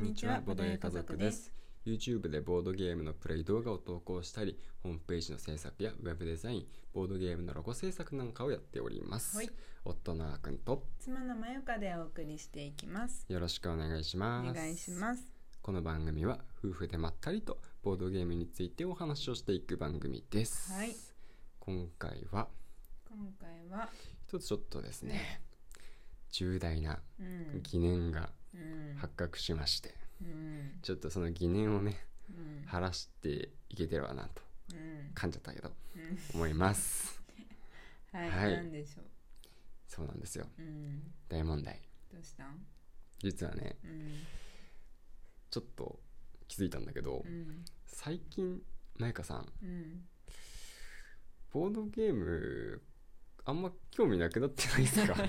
にちは、ボードゲー家族です。YouTube でボードゲームのプレイ動画を投稿したり、ホームページの制作やウェブデザイン、ボードゲームのロゴ制作なんかをやっております。夫のあーくんと妻のまゆかでお送りしていきます。 よろしくお願いします。 お願いします。 この番組は夫婦でまったりとボードゲームについてお話をしていく番組です。 はい、 今回は一つちょっとですね、重大な疑念が発覚しまして、ちょっとその疑念をね、晴らしていけてればなと、噛んじゃったけど、思いますはい、なんでしょう。 そうなんですよ、大問題。 どうしたん？ 実はね、ちょっと気づいたんだけど、最近まゆかさん、ボードゲームあんま興味なくなってないですか？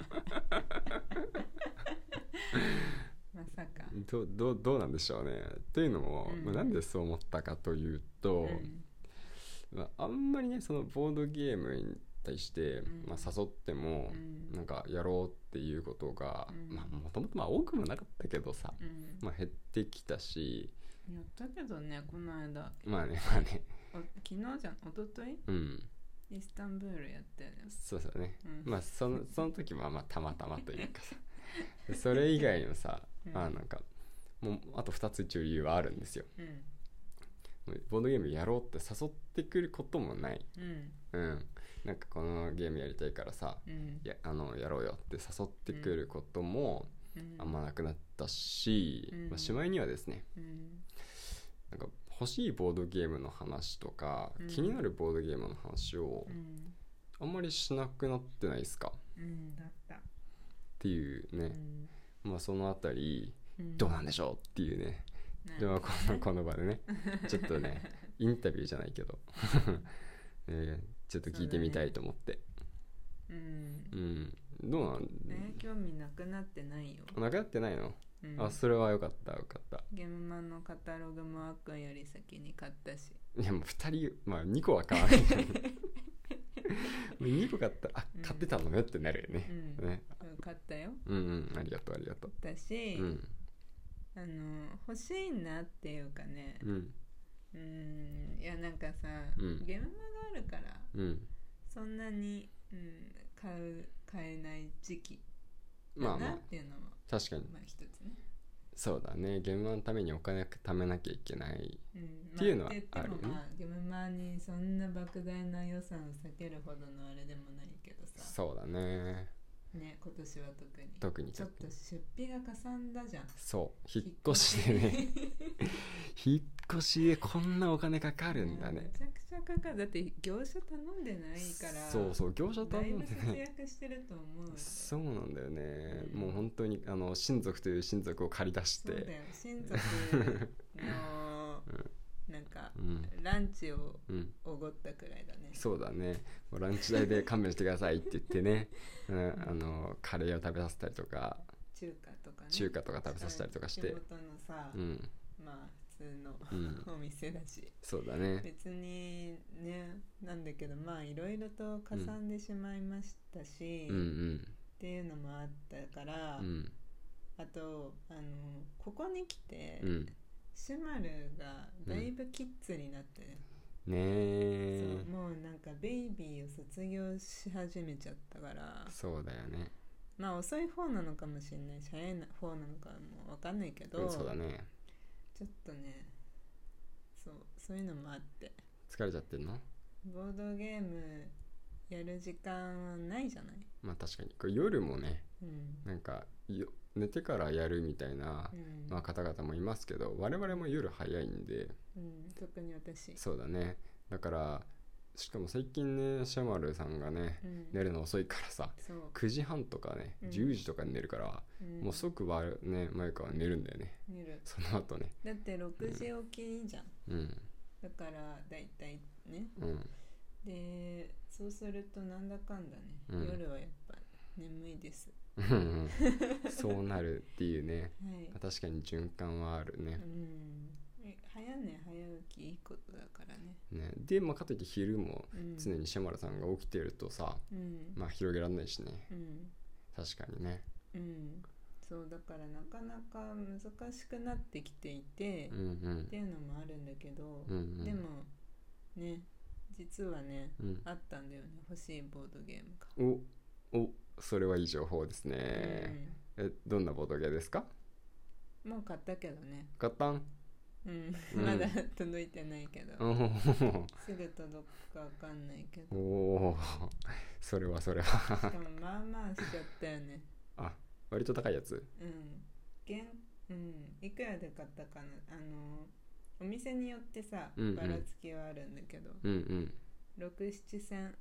まさか。 どうなんでしょうね。というのも、なんでそう思ったかというと、あんまりねそのボードゲームに対して、誘っても、なんかやろうっていうことが、もともと多くもなかったけどさ、減ってきたし、 やったけどね、この間。 まあね昨日じゃん、一昨日イスタンブールやったよね。 そうね、その時はたまたまというかさそれ以外のさ、なんかもうあと2つ一応理由はあるんですよ。ボードゲームやろうって誘ってくることもない。なんかこのゲームやりたいからさ、やろうよって誘ってくることもあんまなくなったし、しまいにはですね、なんか欲しいボードゲームの話とか、気になるボードゲームの話をあんまりしなくなってないですか？ だったっていうね、そのあたり、どうなんでしょうっていうね、でもこの場でねちょっとねインタビューじゃないけどちょっと聞いてみたいと思って。どうなん興味なくなってないよ。 なくなってないの？それはよかった。 ゲームマンのカタログもあっくんより先に買ったし。 いやもう2人、2個は買わない2個買ったら買ってたのねってなるよね。 買ったよ。 ありがとう。 だし、欲しいなっていうかね、いやなんかさ、ゲームマがあるから、そんなに、買えない時期だなっていうのも、 確かに、 一つね。 そうだね、ゲームマのためにお金貯めなきゃいけないっていうのはあるよね。 ゲームマにそんな莫大な予算を避けるほどのあれでもないけどさ。 そうだね。 今年は特にちょっと出費がかさんだじゃん。 そう引っ越しでね引っ越しでこんなお金かかるんだね。 めちゃくちゃかかる。だって業者頼んでないから。 そう業者頼んでない。 だいぶ節約してると思う。 そうなんだよね、もう本当に親族という親族を借り出して。 そうだよ、親族のなんか、ランチをおごったくらいだね。 そうだね、もうランチ代で勘弁してくださいって言ってねカレーを食べさせたりとか、 中華とか食べさせたりとかして、 地元のさ、普通のお店だし、 そうだね、 別にね、なんだけどいろいろとかさんでしまいましたし、っていうのもあったから、あとここに来て、シュマルがだいぶキッズになってね、 そうもうなんかベイビーを卒業し始めちゃったから。 そうだよね。 遅い方なのかもしれないし、早い方なのかも分かんないけど、 そうだね、 ちょっとね、そういうのもあって疲れちゃってんの？ ボードゲームやる時間はないじゃない。 確かにこれ夜もね、なんか寝てからやるみたいな、方々もいますけど、我々も夜早いんで、 特に私。そうだね。だからしかも最近ね、シャマルさんがね、寝るの遅いからさ、9時半とかね、10時とかに寝るから、もう即はね、マユカは寝るんだよね。 寝る。 その後ね。 だって6時起きじゃん。だからだいたいね。で、そうするとなんだかんだね、夜はやっぱ眠いです。 そうなるっていうね、確かに循環はあるね。 早寝早起きいいことだからね。 で、かといって昼も常にシャマルさんが起きてるとさ、広げられないしね。確かにね。 そうだからなかなか難しくなってきていて、っていうのもあるんだけど、でもね実はね、あったんだよね、欲しいボードゲームが。それはいい情報ですね。どんなボードゲームですか？ もう買ったけどね。 買ったん？ まだ届いてないけど、すぐ届くか分かんないけど。 それはしかもまあまあしちゃったよね。 割と高いやつ？ いくらで買ったかな、お店によってさばらつきはあるんだけど、6、7千、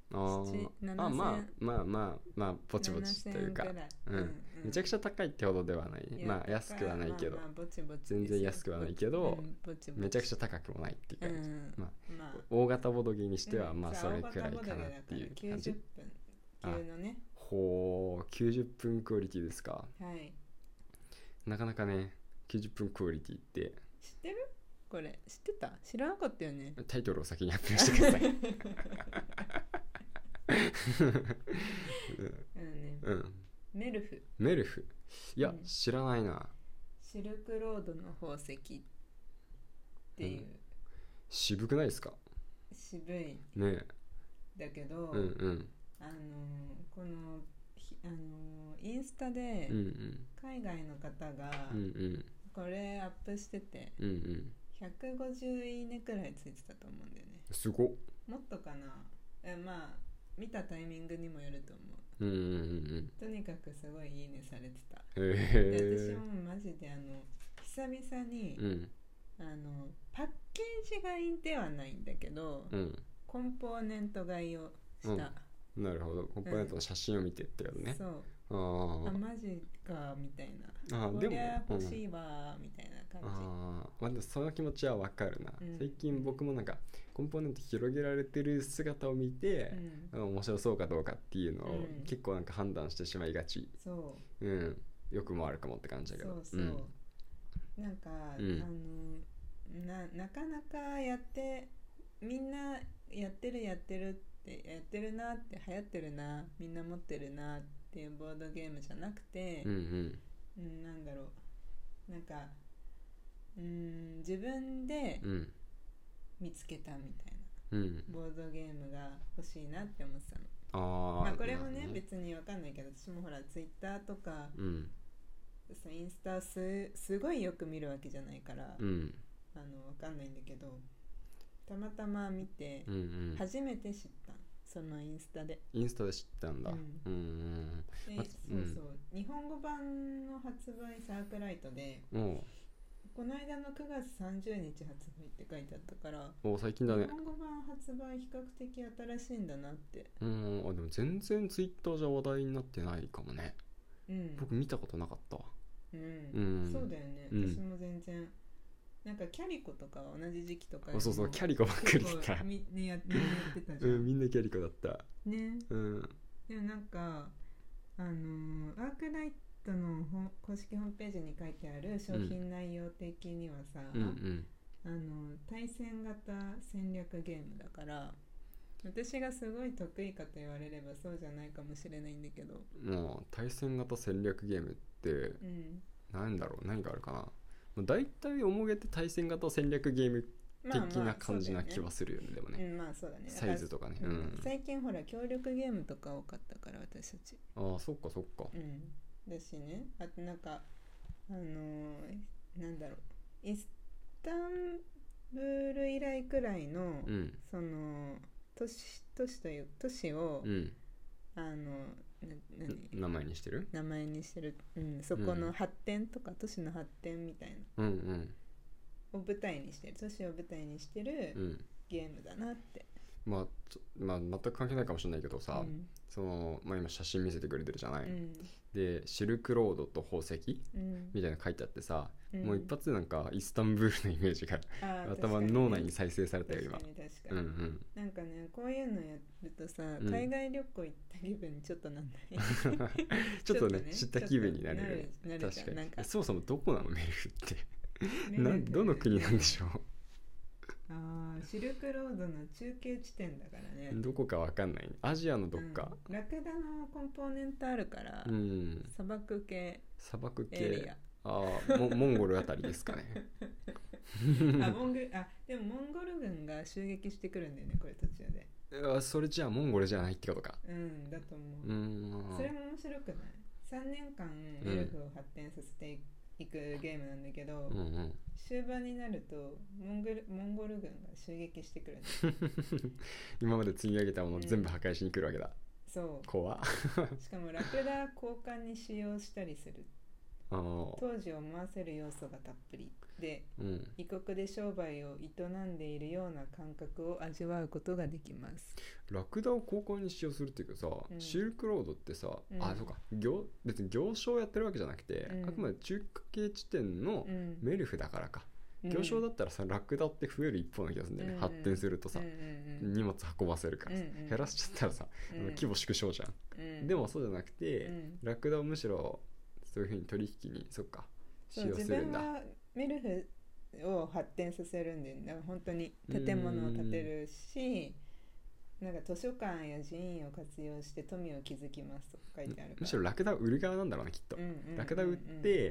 まあぼちぼちというか、めちゃくちゃ高いってほどではない、安くはないけど、全然安くはないけど、めちゃくちゃ高くもないっていう感じ。大型ボードゲーにしてはそれくらいかなっていう感じ。 90分級のね。 90分クオリティですか？ はい。 なかなかね、90分クオリティって知ってる？これ知ってた？知らなかったよね。 タイトルを先に発表してください。メルフ。いや、知らないな。 シルクロードの宝石っていう。 渋くないですか？ 渋いね。 だけど、このインスタで海外の方がこれアップしてて、150いいねくらいついてたと思うんだよね。 すごっ。 もっとかな。見たタイミングにもよると思う。とにかくすごいいいねされてた。で私もマジで久々に、パッケージ買いではないんだけど、コンポーネント買いをした。 なるほど、コンポーネントの写真を見てってやるね。 そう。マジかみたいな。こりゃ欲しいわみたいな感じ。 その気持ちはわかるな。最近僕もなんかコンポーネント広げられてる姿を見て、面白そうかどうかっていうのを結構なんか判断してしまいがち。 そう。 よくもあるかもって感じだけど。 そう。なんか、なかなかみんなやってるなって、流行ってるな、みんな持ってるなっていうボードゲームじゃなくて、なんだろう、なんか自分で見つけたみたいな、ボードゲームが欲しいなって思ってたの。これもね、別に分かんないけど、私もほらツイッターとか、インスタすごいよく見るわけじゃないから、分かんないんだけど、たまたま見て、初めて知った。そのインスタで知ったんだ。 日本語版の発売サークライトで、この間の9月30日発売って書いてあったから、 最近だね。 日本語版発売比較的新しいんだなって。 でも全然ツイッターじゃ話題になってないかもね。僕見たことなかったわ。 そうだよね。私も全然。なんかキャリコとかは同じ時期とか、 そうキャリコばっかりだった。 みんなやってたじゃん。 みんなキャリコだったね。でもなんかアークライトの公式ホームページに書いてある商品内容的にはさ、対戦型戦略ゲームだから、私がすごい得意かと言われればそうじゃないかもしれないんだけど、 対戦型戦略ゲームって、何だろう、何があるかな。だいたいおもげて対戦型戦略ゲーム的な感じな気はするよね。でもね、 そうだね、 サイズとかね、 最近ほら協力ゲームとか多かったから、私たち。 そっかだしね、あとなんかなんだろう、イスタンブール以来くらいの、その都市を、 名前にしてる、 そこの発展とか、都市の発展みたいな、を舞台にしてる、都市を舞台にしてるゲームだなって。 全く関係ないかもしれないけどさ、今写真見せてくれてるじゃない。でシルクロードと宝石、みたいなの書いてあってさ、もう一発でなんかイスタンブールのイメージが頭の脳内に再生されたよ今。 確かに、なんかね、こういうのやるとさ、海外旅行行った気分にちょっとなんないちょっとね、知った気分になるよね。確かに。そもそもどこなのメルフってどの国なんでしょう。 シルクロードの中継地点だからね。 どこかわかんない、アジアのどっか、 ラクダのコンポーネントあるから、砂漠系エリア。 モンゴルあたりですかねでもモンゴル軍が襲撃してくるんだよね、これ途中で。 それじゃあモンゴルじゃないってことか。 だと思う。それも面白くない？ 3 年間エルフを発展させていくゲームなんだけど、終盤になるとモンゴル軍が襲撃してくるんだ今まで積み上げたものを全部破壊しに来るわけだ。 そう怖しかもラクダ交換に使用したりする。当時を思わせる要素がたっぷりで、異国で商売を営んでいるような感覚を味わうことができます。 ラクダを交換に使用するっていうかさ、シルクロードってさ、そうか、別に行商をやってるわけじゃなくて、あくまで中継地点のメルフだからか、行商だったらさ、ラクダって増える一方の気がするんだよね、発展するとさ、荷物運ばせるからさ、減らしちゃったらさ、規模縮小じゃん、でもそうじゃなくて、ラクダをむしろそういう風に取引に使用するんだ。 自分はメルフを発展させるんで、だから本当に建物を建てるし、なんか図書館や寺院を活用して富を築きますと書いてあるから、 むしろラクダを売る側なんだろうね、きっと。ラクダ売って、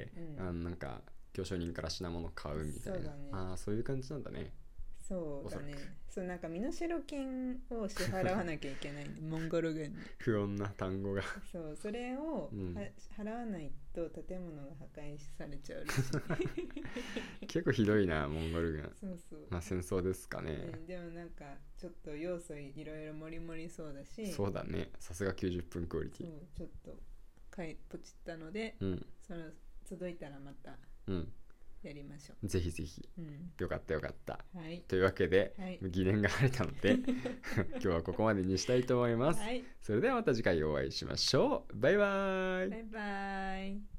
なんか行商人から品物買うみたいな。そうだね。そういう感じなんだね。 そうだね。なんか身代金を支払わなきゃいけないモンゴル軍に不穏な単語がそれを、払わないと建物が破壊されちゃうらしい結構ひどいな、モンゴル軍。 そう戦争ですかね。 でもなんかちょっと要素いろいろ盛り盛りそうだし。 そうだね、さすが90分クオリティ。 ちょっとポチったので、その届いたらまたやりましょう。 ぜひぜひ、よかったよかった、というわけで、疑念が晴れたので今日はここまでにしたいと思います、それではまた次回お会いしましょう。バイバイ。 バイバイ。